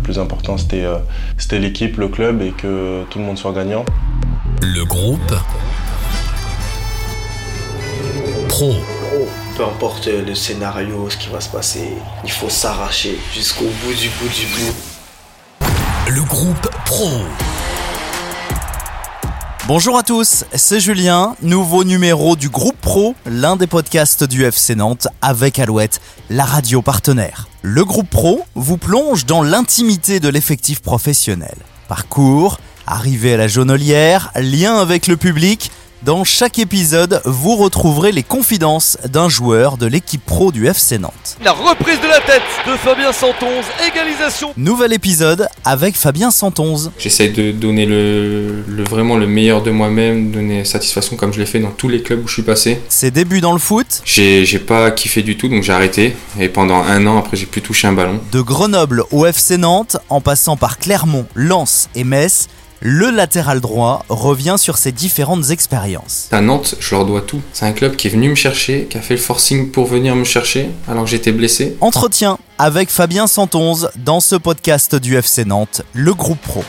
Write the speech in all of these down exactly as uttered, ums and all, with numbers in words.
plus important c'était, euh, c'était l'équipe, le club et que tout le monde soit gagnant. Le groupe Pro. Peu importe le scénario, ce qui va se passer, il faut s'arracher jusqu'au bout du bout du bout. Le groupe Pro. Bonjour à tous, c'est Julien, nouveau numéro du groupe Pro, l'un des podcasts du F C Nantes avec Alouette, la radio partenaire. Le groupe Pro vous plonge dans l'intimité de l'effectif professionnel. Parcours, arrivée à la jaunelière, lien avec le public. Dans chaque épisode, vous retrouverez les confidences d'un joueur de l'équipe pro du F C Nantes. La reprise de la tête de Fabien Santonze, égalisation. Nouvel épisode avec Fabien Santonze. J'essaye de donner le, le, vraiment le meilleur de moi-même, donner satisfaction comme je l'ai fait dans tous les clubs où je suis passé. Ses débuts dans le foot. J'ai, j'ai pas kiffé du tout, donc j'ai arrêté. Et pendant un an, après, j'ai plus touché un ballon. De Grenoble au F C Nantes, en passant par Clermont, Lens et Metz, le latéral droit revient sur ses différentes expériences. À Nantes, je leur dois tout. C'est un club qui est venu me chercher, qui a fait le forcing pour venir me chercher alors que j'étais blessé. Entretien avec Fabien Santonze dans ce podcast du F C Nantes, le groupe Pro.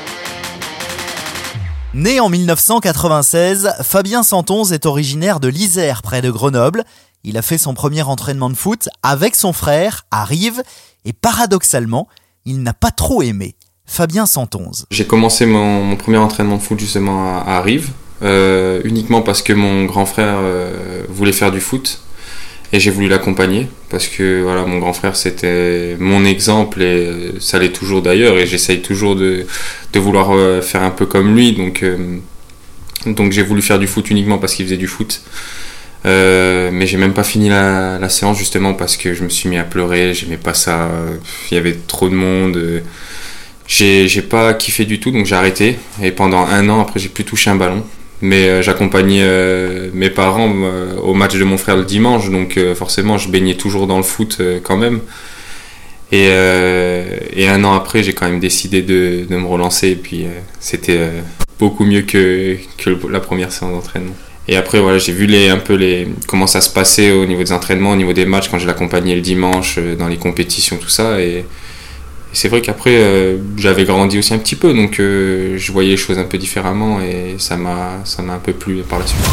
Né en dix-neuf cent quatre-vingt-seize, Fabien Santonze est originaire de l'Isère près de Grenoble. Il a fait son premier entraînement de foot avec son frère à Rives et paradoxalement, il n'a pas trop aimé. Fabien Santonze. J'ai commencé mon, mon premier entraînement de foot justement à, à Rives, euh, uniquement parce que mon grand frère euh, voulait faire du foot et j'ai voulu l'accompagner parce que voilà, mon grand frère c'était mon exemple et ça l'est toujours d'ailleurs et j'essaye toujours de, de vouloir euh, faire un peu comme lui, donc, euh, donc j'ai voulu faire du foot uniquement parce qu'il faisait du foot. Euh, mais j'ai même pas fini la, la séance justement parce que je me suis mis à pleurer, j'aimais pas ça, il y avait trop de monde. Euh, J'ai, j'ai pas kiffé du tout, donc j'ai arrêté. Et pendant un an, après, j'ai plus touché un ballon. Mais euh, j'accompagnais euh, mes parents euh, au match de mon frère le dimanche, donc euh, forcément, je baignais toujours dans le foot euh, quand même. Et, euh, et un an après, j'ai quand même décidé de, de me relancer. Et puis, euh, c'était euh, beaucoup mieux que, que la première séance d'entraînement. Et après, voilà, j'ai vu les, un peu les, comment ça se passait au niveau des entraînements, au niveau des matchs, quand je l'accompagnais le dimanche, euh, dans les compétitions, tout ça. Et, Et c'est vrai qu'après, euh, j'avais grandi aussi un petit peu, donc euh, je voyais les choses un peu différemment et ça m'a, ça m'a un peu plu par la suite.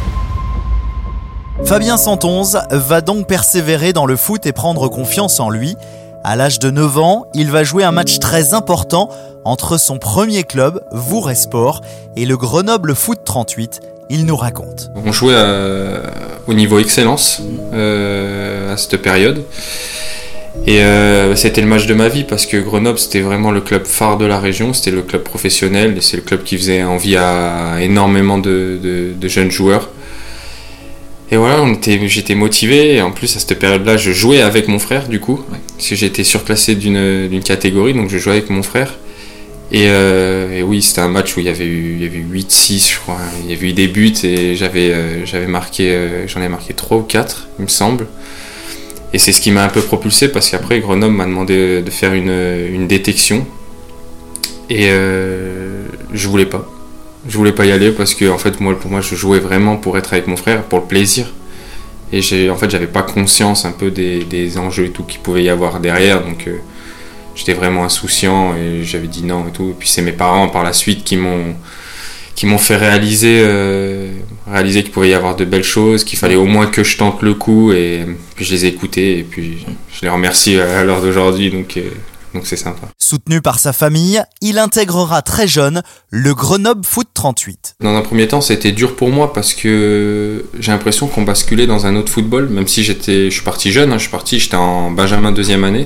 Fabien Santonze va donc persévérer dans le foot et prendre confiance en lui. À l'âge de neuf ans, il va jouer un match très important entre son premier club, Vourrey-Sport, et le Grenoble Foot trente-huit. Il nous raconte. On jouait à, au niveau excellence euh, à cette période. Et euh, c'était le match de ma vie parce que Grenoble c'était vraiment le club phare de la région, c'était le club professionnel et c'est le club qui faisait envie à énormément de, de, de jeunes joueurs. Et voilà, on était, j'étais motivé et en plus à cette période-là je jouais avec mon frère du coup, parce que j'étais surclassé d'une, d'une catégorie donc je jouais avec mon frère. Et, euh, et oui, c'était un match où il y avait eu, il y avait eu huit six je crois, il y avait eu des buts et j'avais, euh, j'avais marqué, euh, j'en ai marqué trois ou quatre il me semble. Et c'est ce qui m'a un peu propulsé parce qu'après Grenoble m'a demandé de faire une, une détection et euh, je voulais pas. Je voulais pas y aller parce que en fait moi pour moi je jouais vraiment pour être avec mon frère, pour le plaisir. Et j'ai en fait j'avais pas conscience un peu des, des enjeux et tout qu'il pouvait y avoir derrière, donc euh, j'étais vraiment insouciant et j'avais dit non et tout. Et puis c'est mes parents par la suite qui m'ont qui m'ont fait réaliser, euh, réaliser qu'il pouvait y avoir de belles choses, qu'il fallait au moins que je tente le coup, et puis je les ai écoutés, et puis je les remercie à l'heure d'aujourd'hui, donc, euh, donc c'est sympa. Soutenu par sa famille, il intégrera très jeune le Grenoble Foot trente-huit. Dans un premier temps, ça a été dur pour moi, parce que j'ai l'impression qu'on basculait dans un autre football, même si j'étais, je suis parti jeune, hein, je suis parti, j'étais en Benjamin deuxième année.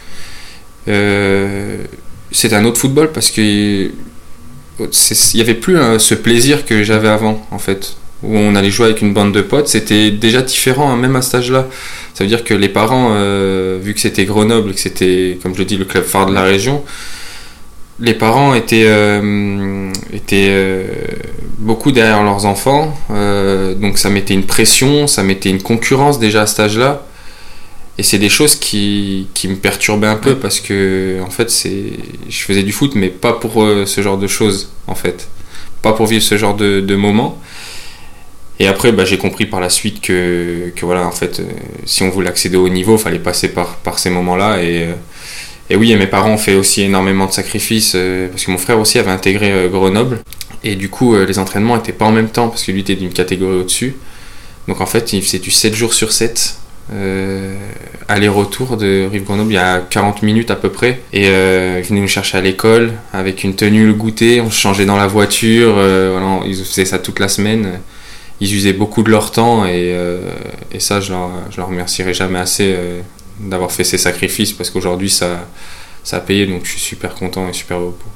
Euh, c'était un autre football, parce que il n'y avait plus hein, ce plaisir que j'avais avant en fait, où on allait jouer avec une bande de potes. C'était déjà différent hein, même à cet âge-là. Ça veut dire que les parents, euh, vu que c'était Grenoble, que c'était comme je le dis le club phare de la région, les parents étaient, euh, étaient euh, beaucoup derrière leurs enfants, euh, donc ça mettait une pression, ça mettait une concurrence déjà à cet âge-là. Et c'est des choses qui, qui me perturbaient un peu ouais. Parce que en fait c'est, je faisais du foot mais pas pour euh, ce genre de choses en fait, pas pour vivre ce genre de, de moments. Et après bah, j'ai compris par la suite que, que voilà en fait euh, si on voulait accéder au niveau il fallait passer par, par ces moments là et, euh, Et oui, et mes parents ont fait aussi énormément de sacrifices, euh, parce que mon frère aussi avait intégré euh, Grenoble. Et du coup, euh, les entraînements n'étaient pas en même temps, parce que lui était d'une catégorie au-dessus. Donc en fait, il faisait du sept jours sur sept. Euh, aller-retour de Rive-Grenoble, il y a quarante minutes à peu près. Et euh, ils venaient nous chercher à l'école avec une tenue, le goûter. On se changeait dans la voiture. Euh, voilà, ils faisaient ça toute la semaine. Ils usaient beaucoup de leur temps. Et, euh, et ça, je leur, je leur remercierai jamais assez euh, d'avoir fait ces sacrifices, parce qu'aujourd'hui, ça, ça a payé. Donc je suis super content et super heureux.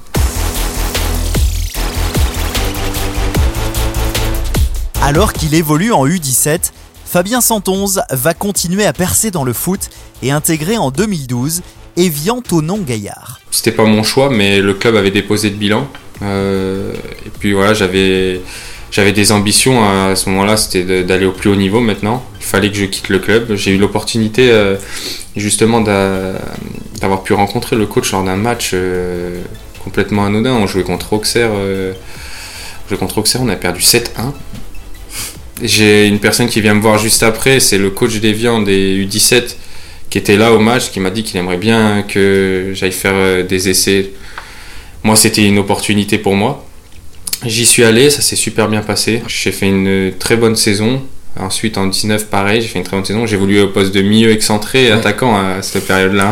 Alors qu'il évolue en U dix-sept, Fabien Santonze va continuer à percer dans le foot et intégrer en deux mille douze Évian Thonon-Gaillard. C'était pas mon choix, mais le club avait déposé le bilan. Euh, et puis voilà, j'avais, j'avais des ambitions à ce moment-là, c'était de, d'aller au plus haut niveau maintenant. Il fallait que je quitte le club. J'ai eu l'opportunité euh, justement d'a, d'avoir pu rencontrer le coach lors d'un match euh, complètement anodin. On jouait contre Auxerre, euh, on jouait contre Auxerre, on a perdu sept un. J'ai une personne qui vient me voir juste après, c'est le coach d'Évian des U dix-sept qui était là au match, qui m'a dit qu'il aimerait bien que j'aille faire des essais. Moi, c'était une opportunité pour moi. J'y suis allé, ça s'est super bien passé. J'ai fait une très bonne saison. Ensuite, en dix-neuf, pareil, j'ai fait une très bonne saison. J'ai évolué au poste de milieu excentré et attaquant à cette période-là.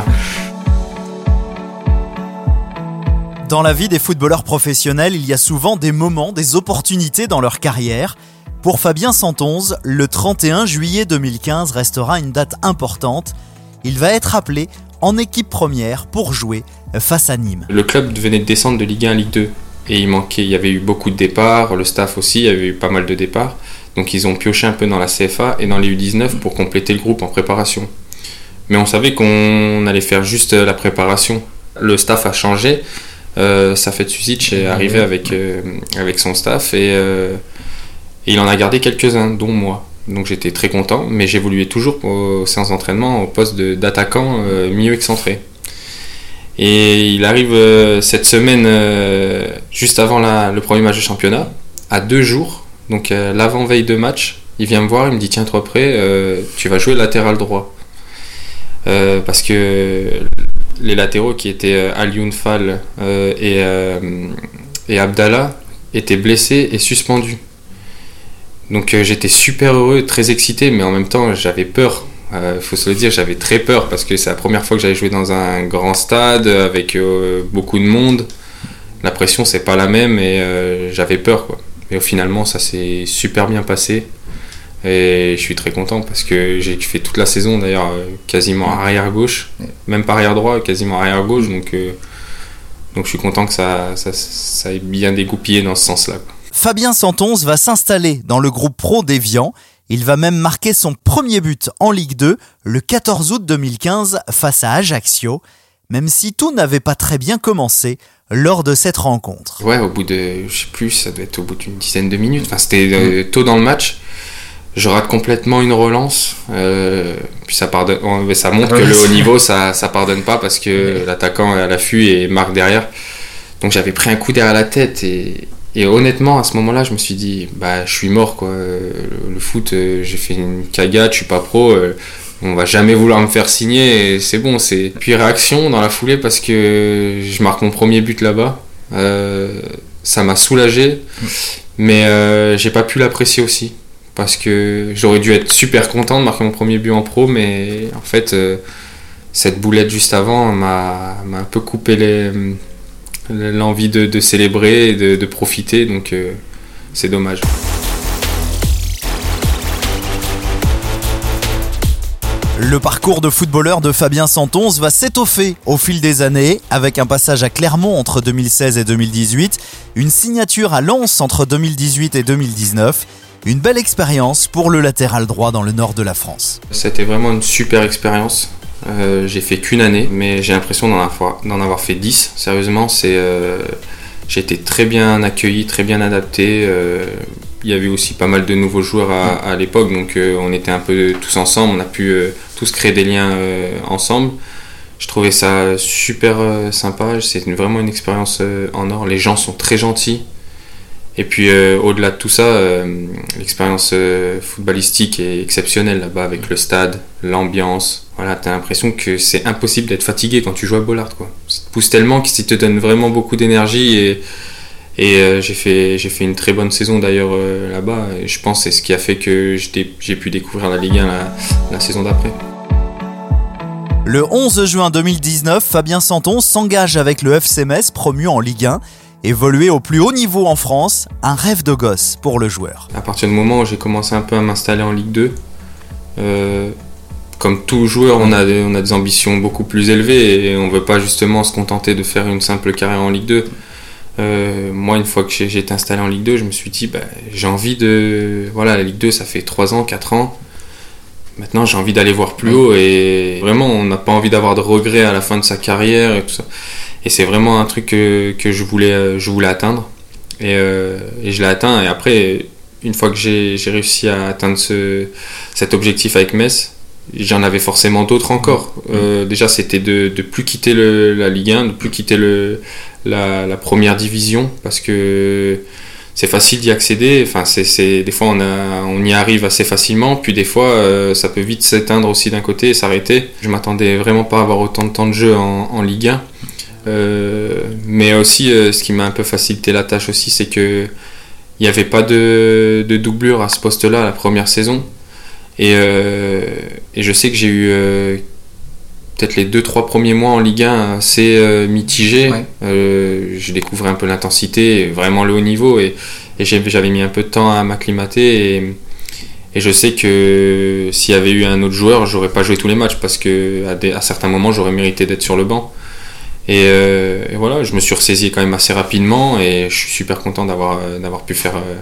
Dans la vie des footballeurs professionnels, il y a souvent des moments, des opportunités dans leur carrière. Pour Fabien Santonze, le trente et un juillet deux mille quinze restera une date importante. Il va être appelé en équipe première pour jouer face à Nîmes. Le club venait de descendre de Ligue un à Ligue deux et il manquait, il y avait eu beaucoup de départs, le staff aussi, il y avait eu pas mal de départs. Donc ils ont pioché un peu dans la C F A et dans les U dix-neuf pour compléter le groupe en préparation. Mais on savait qu'on allait faire juste la préparation. Le staff a changé. Euh, Safet Susic est arrivé avec, euh, avec son staff et... Euh, Et il en a gardé quelques-uns, dont moi. Donc j'étais très content, mais j'évoluais toujours aux séances d'entraînement au poste de, d'attaquant euh, milieu excentré. Et il arrive euh, cette semaine, euh, juste avant la, le premier match de championnat, à deux jours, donc euh, l'avant-veille de match, il vient me voir, il me dit « Tiens, toi prêt, euh, tu vas jouer latéral droit. Euh, » Parce que les latéraux qui étaient euh, Alioune Fall euh, et, euh, et Abdallah étaient blessés et suspendus. Donc euh, j'étais super heureux, très excité, mais en même temps j'avais peur. Il euh, faut se le dire, j'avais très peur parce que c'est la première fois que j'allais jouer dans un grand stade avec euh, beaucoup de monde. La pression c'est pas la même et euh, j'avais peur quoi. Mais finalement ça s'est super bien passé et je suis très content parce que j'ai fait toute la saison d'ailleurs euh, quasiment arrière gauche, même pas arrière droit, quasiment arrière gauche. Donc euh, donc je suis content que ça ça, ça ait bien dégoupillé dans ce sens-là, quoi. Fabien Santonze va s'installer dans le groupe pro d'Évian. Il va même marquer son premier but en Ligue deux le quatorze août deux mille quinze face à Ajaccio, même si tout n'avait pas très bien commencé lors de cette rencontre. Ouais, au bout de, je sais plus, ça doit être au bout d'une dizaine de minutes. Enfin, c'était euh, tôt dans le match. Je rate complètement une relance. Euh, puis ça pardonne, ça montre que le haut niveau, ça, ça pardonne pas parce que l'attaquant est à l'affût et marque derrière. Donc j'avais pris un coup derrière la tête et Et honnêtement, à ce moment-là, je me suis dit, bah, je suis mort, quoi. Le, le foot, euh, j'ai fait une cagade, je suis pas pro, euh, on va jamais vouloir me faire signer, et c'est bon. C'est... Puis réaction dans la foulée parce que je marque mon premier but là-bas. Euh, ça m'a soulagé, mais euh, j'ai pas pu l'apprécier aussi. Parce que j'aurais dû être super content de marquer mon premier but en pro, mais en fait, euh, cette boulette juste avant m'a, m'a un peu coupé les... l'envie de, de célébrer et de, de profiter, donc euh, c'est dommage. Le parcours de footballeur de Fabien Santonze va s'étoffer au fil des années, avec un passage à Clermont entre deux mille seize et deux mille dix-huit, une signature à Lens entre deux mille dix-huit et deux mille dix-neuf, une belle expérience pour le latéral droit dans le nord de la France. C'était vraiment une super expérience. Euh, j'ai fait qu'une année, mais j'ai l'impression d'en avoir, d'en avoir fait dix. Sérieusement, c'est, euh, j'ai été très bien accueilli, très bien adapté. Euh, il y avait aussi pas mal de nouveaux joueurs à, à l'époque, donc euh, on était un peu tous ensemble, on a pu euh, tous créer des liens euh, ensemble. Je trouvais ça super euh, sympa, c'est une, vraiment une expérience euh, en or. Les gens sont très gentils. Et puis euh, au-delà de tout ça, euh, l'expérience euh, footballistique est exceptionnelle là-bas avec le stade, l'ambiance. voilà, t'as l'impression que c'est impossible d'être fatigué quand tu joues à Bollaert, quoi. Ça te pousse tellement que ça te donne vraiment beaucoup d'énergie et, et euh, j'ai, fait, j'ai fait une très bonne saison d'ailleurs euh, là-bas et je pense que c'est ce qui a fait que j'ai, j'ai pu découvrir la Ligue un la, la saison d'après. Le onze juin deux mille dix-neuf, Fabien Santonze s'engage avec le F C Metz, promu en Ligue un. Évoluer au plus haut niveau en France, un rêve de gosse pour le joueur. À partir du moment où j'ai commencé un peu à m'installer en Ligue deux, euh, comme tout joueur, on a, des, on a des ambitions beaucoup plus élevées et on ne veut pas justement se contenter de faire une simple carrière en Ligue deux. Euh, moi, une fois que j'ai, j'ai été installé en Ligue deux, je me suis dit, bah, j'ai envie de... Voilà, la Ligue deux, ça fait trois ans, quatre ans. Maintenant, j'ai envie d'aller voir plus haut et vraiment, on n'a pas envie d'avoir de regrets à la fin de sa carrière et tout ça. Et c'est vraiment un truc que, que je, voulais, je voulais atteindre. Et, euh, et je l'ai atteint. Et après, une fois que j'ai, j'ai réussi à atteindre ce, cet objectif avec Metz, j'en avais forcément d'autres encore. Euh, déjà, c'était de ne plus quitter le, la Ligue un, de ne plus quitter le, la, la première division, parce que c'est facile d'y accéder. Enfin, c'est, c'est, des fois, on, a, on y arrive assez facilement, puis des fois, euh, ça peut vite s'éteindre aussi d'un côté et s'arrêter. Je ne m'attendais vraiment pas à avoir autant de temps de jeu en, en Ligue un. Euh, mais aussi, euh, ce qui m'a un peu facilité la tâche aussi, c'est que il n'y avait pas de, de doublure à ce poste-là la première saison. Et, euh, et je sais que j'ai eu euh, peut-être les deux trois premiers mois en Ligue un assez euh, mitigés. Ouais. Euh, je découvrais un peu l'intensité, vraiment le haut niveau, et, et j'avais mis un peu de temps à m'acclimater. Et, et je sais que s'il y avait eu un autre joueur, j'aurais pas joué tous les matchs parce que à, des, à certains moments, j'aurais mérité d'être sur le banc. Et, euh, et voilà, je me suis ressaisi quand même assez rapidement et je suis super content d'avoir, d'avoir pu faire euh,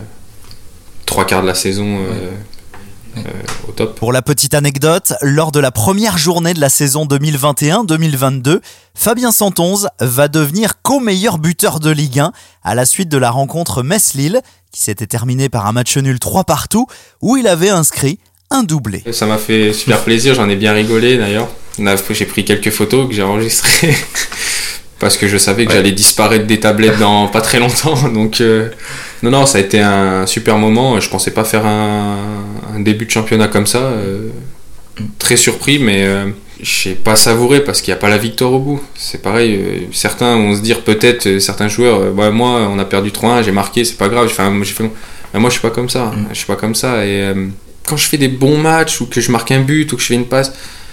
trois quarts de la saison. Euh, ouais. Euh, au top. Pour la petite anecdote, lors de la première journée de la saison deux mille vingt et un deux mille vingt-deux, Fabien Santonze va devenir co-meilleur buteur de Ligue un à la suite de la rencontre Metz-Lille, qui s'était terminée par un match nul trois partout, où il avait inscrit un doublé. Ça m'a fait super plaisir, j'en ai bien rigolé d'ailleurs. J'ai pris quelques photos que j'ai enregistrées parce que je savais que ouais. j'allais disparaître des tablettes dans pas très longtemps. Donc euh, non, non, ça a été un super moment. Je pensais pas faire un, un début de championnat comme ça. Euh, très surpris, mais euh, j'ai pas savouré parce qu'il n'y a pas la victoire au bout. C'est pareil, euh, certains vont se dire peut-être, euh, certains joueurs, euh, bah, moi on a perdu trois un, j'ai marqué, c'est pas grave. J'ai fait un, j'ai fait, bah, moi je suis pas comme ça. Mm. Je suis pas comme ça. Et euh, quand je fais des bons matchs ou que je marque un but ou que je fais une passe,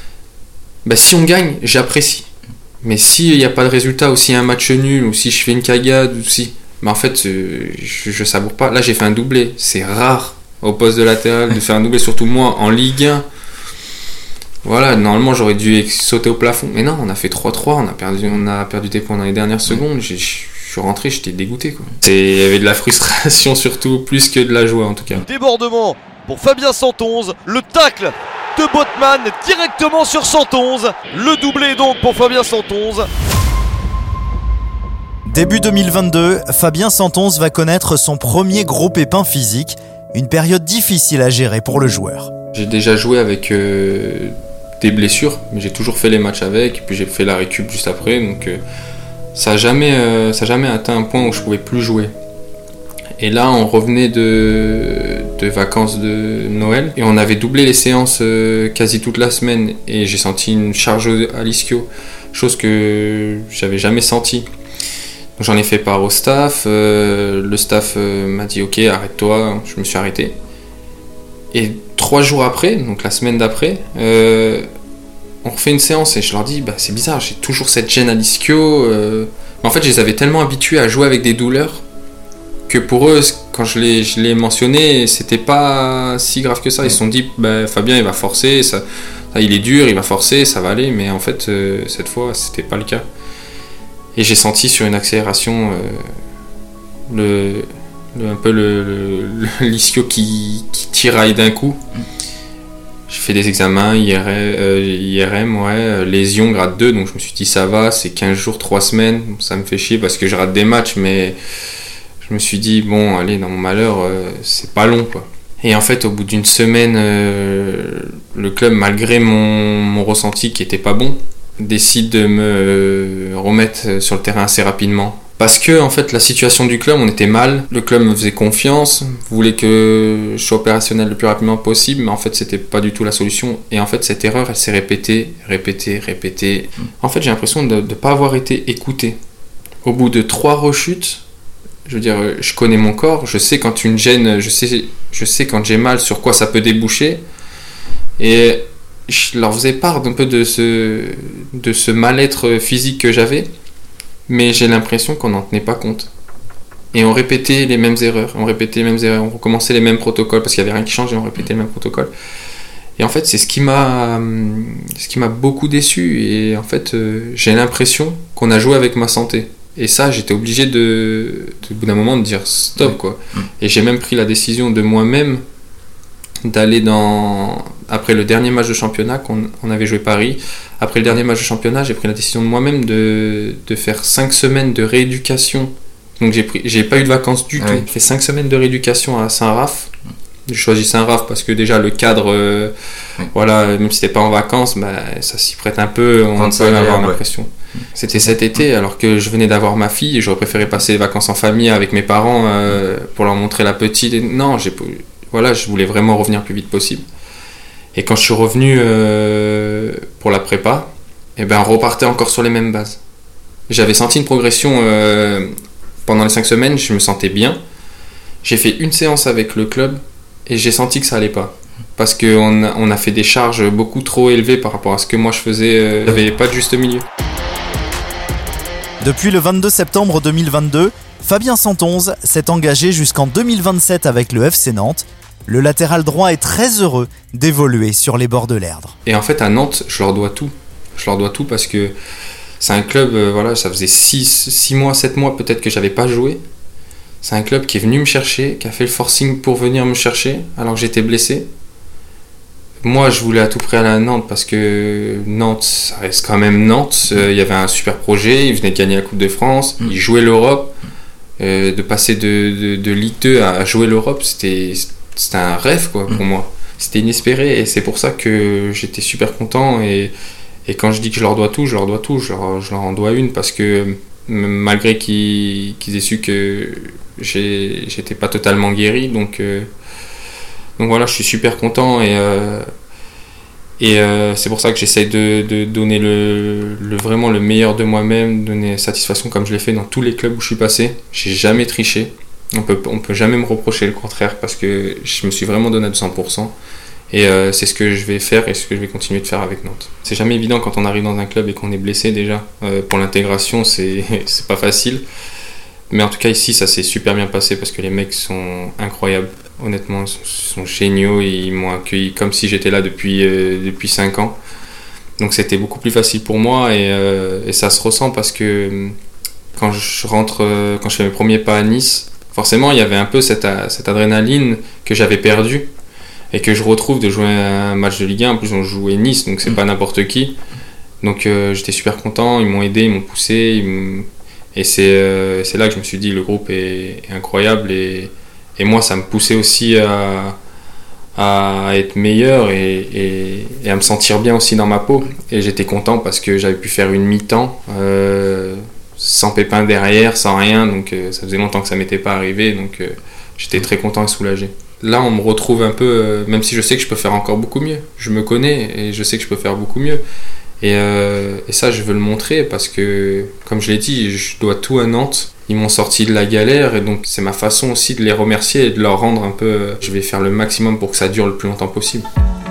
bah, si on gagne, j'apprécie. Mais s'il n'y a pas de résultat, ou s'il y a un match nul, ou si je fais une cagade, ou si... Bah en fait, euh, je, je savoure pas. Là, j'ai fait un doublé. C'est rare, au poste de latéral, de faire un doublé, surtout moi, en Ligue un. Voilà, normalement, j'aurais dû sauter au plafond. Mais non, on a fait trois trois, on a perdu, on a perdu des points dans les dernières secondes. J'ai, je suis rentré, j'étais dégoûté, quoi. Il y avait de la frustration, surtout, plus que de la joie, en tout cas. Débordement pour Fabien Santonze, le tacle de Botman directement sur Santonze. Le doublé donc pour Fabien Santonze. Début deux mille vingt-deux, Fabien Santonze va connaître son premier gros pépin physique, une période difficile à gérer pour le joueur. J'ai déjà joué avec euh, des blessures, mais j'ai toujours fait les matchs avec, et puis j'ai fait la récup juste après, donc euh, ça n'a jamais, euh, ça a jamais atteint un point où je ne pouvais plus jouer. Et là, on revenait de, de vacances de Noël et on avait doublé les séances euh, quasi toute la semaine et j'ai senti une charge à l'ischio, chose que j'avais jamais sentie. Donc j'en ai fait part au staff, euh, le staff euh, m'a dit ok, arrête-toi, je me suis arrêté. Et trois jours après, donc la semaine d'après, euh, on refait une séance et je leur dis bah, c'est bizarre, j'ai toujours cette gêne à l'ischio. Euh... En fait, je les avais tellement habitués à jouer avec des douleurs que pour eux, quand je l'ai, je l'ai mentionné, c'était pas si grave que ça. Ils se sont dit, bah, Fabien, il va forcer, ça, ça, il est dur, il va forcer, ça va aller. Mais en fait, euh, cette fois, c'était pas le cas. Et j'ai senti sur une accélération euh, le, le, un peu le, le, le l'ischio qui, qui tiraille d'un coup. J'ai fait des examens, I R M, euh, I R M ouais, lésion grade deux, donc je me suis dit, ça va, c'est quinze jours, trois semaines. Ça me fait chier parce que je rate des matchs, mais je me suis dit, bon, allez, dans mon malheur, euh, c'est pas long, quoi. Et en fait, au bout d'une semaine, euh, le club, malgré mon, mon ressenti qui était pas bon, décide de me remettre sur le terrain assez rapidement. Parce que en fait la situation du club, on était mal, le club me faisait confiance, voulait que je sois opérationnel le plus rapidement possible, mais en fait c'était pas du tout la solution. Et en fait cette erreur elle s'est répétée, répétée, répétée. En fait j'ai l'impression de ne pas avoir été écouté. Au bout de trois rechutes, je veux dire, je connais mon corps, je sais quand une gêne, je sais, je sais quand j'ai mal sur quoi ça peut déboucher. Et je leur faisais part un peu de ce, de ce mal-être physique que j'avais. Mais j'ai l'impression qu'on n'en tenait pas compte. Et on répétait les mêmes erreurs, on répétait les mêmes erreurs, on recommençait les mêmes protocoles, parce qu'il n'y avait rien qui changeait, on répétait les mêmes protocoles. Et en fait, c'est ce qui m'a, ce qui m'a beaucoup déçu. Et en fait, euh, j'ai l'impression qu'on a joué avec ma santé. Et ça, j'étais obligé de, de, au bout d'un moment, de dire stop, quoi. Et j'ai même pris la décision de moi-même d'aller dans... Après le dernier match de championnat, qu'on on avait joué Paris, après le dernier match de championnat, j'ai pris la décision de moi-même de, de faire cinq semaines de rééducation. Donc j'ai pris, j'ai pas eu de vacances du ah tout. Oui. J'ai fait cinq semaines de rééducation à Saint-Raph. J'ai choisi Saint-Raph parce que déjà le cadre, euh, oui. voilà, même si t'es pas en vacances, bah, ça s'y prête un peu, on peut avoir ouais. l'impression. C'était cet été, alors que je venais d'avoir ma fille, et j'aurais préféré passer les vacances en famille avec mes parents euh, pour leur montrer la petite. Et non, j'ai, voilà, je voulais vraiment revenir le plus vite possible. Et quand je suis revenu euh, pour la prépa, eh ben, on repartait encore sur les mêmes bases. J'avais senti une progression euh, pendant les cinq semaines, je me sentais bien. J'ai fait une séance avec le club et j'ai senti que ça allait pas. Parce qu'on a, on a fait des charges beaucoup trop élevées par rapport à ce que moi je faisais. Il n'y avait pas de juste milieu. Depuis le vingt-deux septembre deux mille vingt-deux, Fabien Santonze s'est engagé jusqu'en deux mille vingt-sept avec le F C Nantes. Le latéral droit est très heureux d'évoluer sur les bords de l'Erdre. Et en fait, à Nantes, je leur dois tout. Je leur dois tout parce que c'est un club, euh, voilà, ça faisait six mois, sept mois peut-être que j'avais pas joué. C'est un club qui est venu me chercher, qui a fait le forcing pour venir me chercher alors que j'étais blessé. Moi, je voulais à tout prix aller à Nantes parce que Nantes, ça reste quand même Nantes. Euh, il y avait un super projet, ils venaient de gagner la Coupe de France, ils jouaient l'Europe. Euh, de passer de, de, de Ligue deux à jouer l'Europe, c'était... C'était un rêve quoi, pour mmh. moi. C'était inespéré et c'est pour ça que j'étais super content. Et, et quand je dis que je leur dois tout, je leur dois tout. Je leur, je leur en dois une parce que malgré qu'ils, qu'ils aient su que j'ai, j'étais pas totalement guéri. Donc, euh, donc voilà, je suis super content. Et, euh, et euh, c'est pour ça que j'essaie de, de donner le, le, vraiment le meilleur de moi-même, donner satisfaction comme je l'ai fait dans tous les clubs où je suis passé. J'ai jamais triché. On peut, on peut jamais me reprocher le contraire parce que je me suis vraiment donné à deux cents pour cent et euh, c'est ce que je vais faire et ce que je vais continuer de faire avec Nantes. C'est jamais évident quand on arrive dans un club et qu'on est blessé déjà. Euh, pour l'intégration, c'est, c'est pas facile. Mais en tout cas ici, ça s'est super bien passé parce que les mecs sont incroyables. Honnêtement, ils sont, sont géniaux. Ils m'ont accueilli comme si j'étais là depuis, euh, depuis cinq ans. Donc c'était beaucoup plus facile pour moi et, euh, et ça se ressent parce que quand je rentre, quand je fais mes premiers pas à Nice, forcément, il y avait un peu cette, cette adrénaline que j'avais perdue et que je retrouve de jouer un match de Ligue un. En plus, on jouait Nice, donc c'est mmh. pas n'importe qui. Donc euh, j'étais super content, ils m'ont aidé, ils m'ont poussé. Ils m'ont... Et c'est, euh, c'est là que je me suis dit, le groupe est, est incroyable. Et, et moi, ça me poussait aussi à, à être meilleur et, et, et à me sentir bien aussi dans ma peau. Et j'étais content parce que j'avais pu faire une mi-temps. Euh, sans pépin derrière, sans rien, donc euh, ça faisait longtemps que ça m'était pas arrivé, donc euh, j'étais très content et soulagé. Là, on me retrouve un peu, euh, même si je sais que je peux faire encore beaucoup mieux. Je me connais et je sais que je peux faire beaucoup mieux. Et, euh, et ça, je veux le montrer parce que, comme je l'ai dit, je dois tout à Nantes. Ils m'ont sorti de la galère et donc c'est ma façon aussi de les remercier et de leur rendre un peu... Euh, je vais faire le maximum pour que ça dure le plus longtemps possible.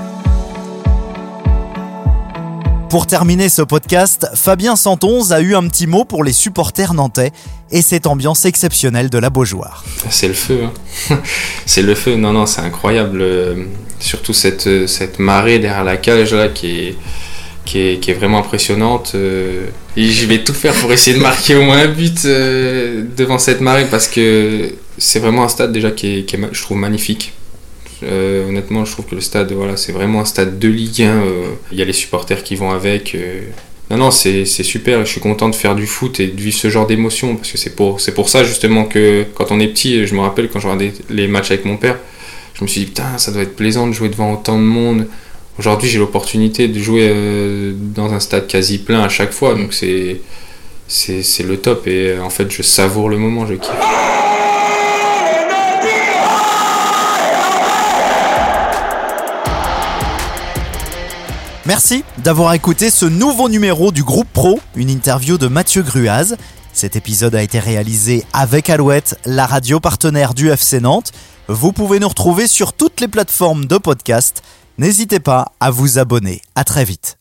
Pour terminer ce podcast, Fabien Santonze a eu un petit mot pour les supporters nantais et cette ambiance exceptionnelle de la Beaujoire. C'est le feu, hein. C'est le feu, non, non, c'est incroyable. Euh, surtout cette, cette marée derrière la cage là qui est, qui est, qui est vraiment impressionnante. Euh, et je vais tout faire pour essayer de marquer au moins un but euh, devant cette marée parce que c'est vraiment un stade déjà qui est, qui est je trouve, magnifique. Euh, honnêtement, je trouve que le stade, voilà, c'est vraiment un stade de Ligue un. Il euh, y a les supporters qui vont avec. Euh. Non, non, c'est, c'est super. Je suis content de faire du foot et de vivre ce genre d'émotion parce que c'est pour, c'est pour ça justement que quand on est petit, je me rappelle quand je regardais les matchs avec mon père, je me suis dit putain, ça doit être plaisant de jouer devant autant de monde. Aujourd'hui, j'ai l'opportunité de jouer euh, dans un stade quasi plein à chaque fois, donc c'est, c'est, c'est le top. Et en fait, je savoure le moment, je kiffe. Merci d'avoir écouté ce nouveau numéro du Groupe Pro, une interview de Mathieu Gruaz. Cet épisode a été réalisé avec Alouette, la radio partenaire du F C Nantes. Vous pouvez nous retrouver sur toutes les plateformes de podcast. N'hésitez pas à vous abonner. À très vite.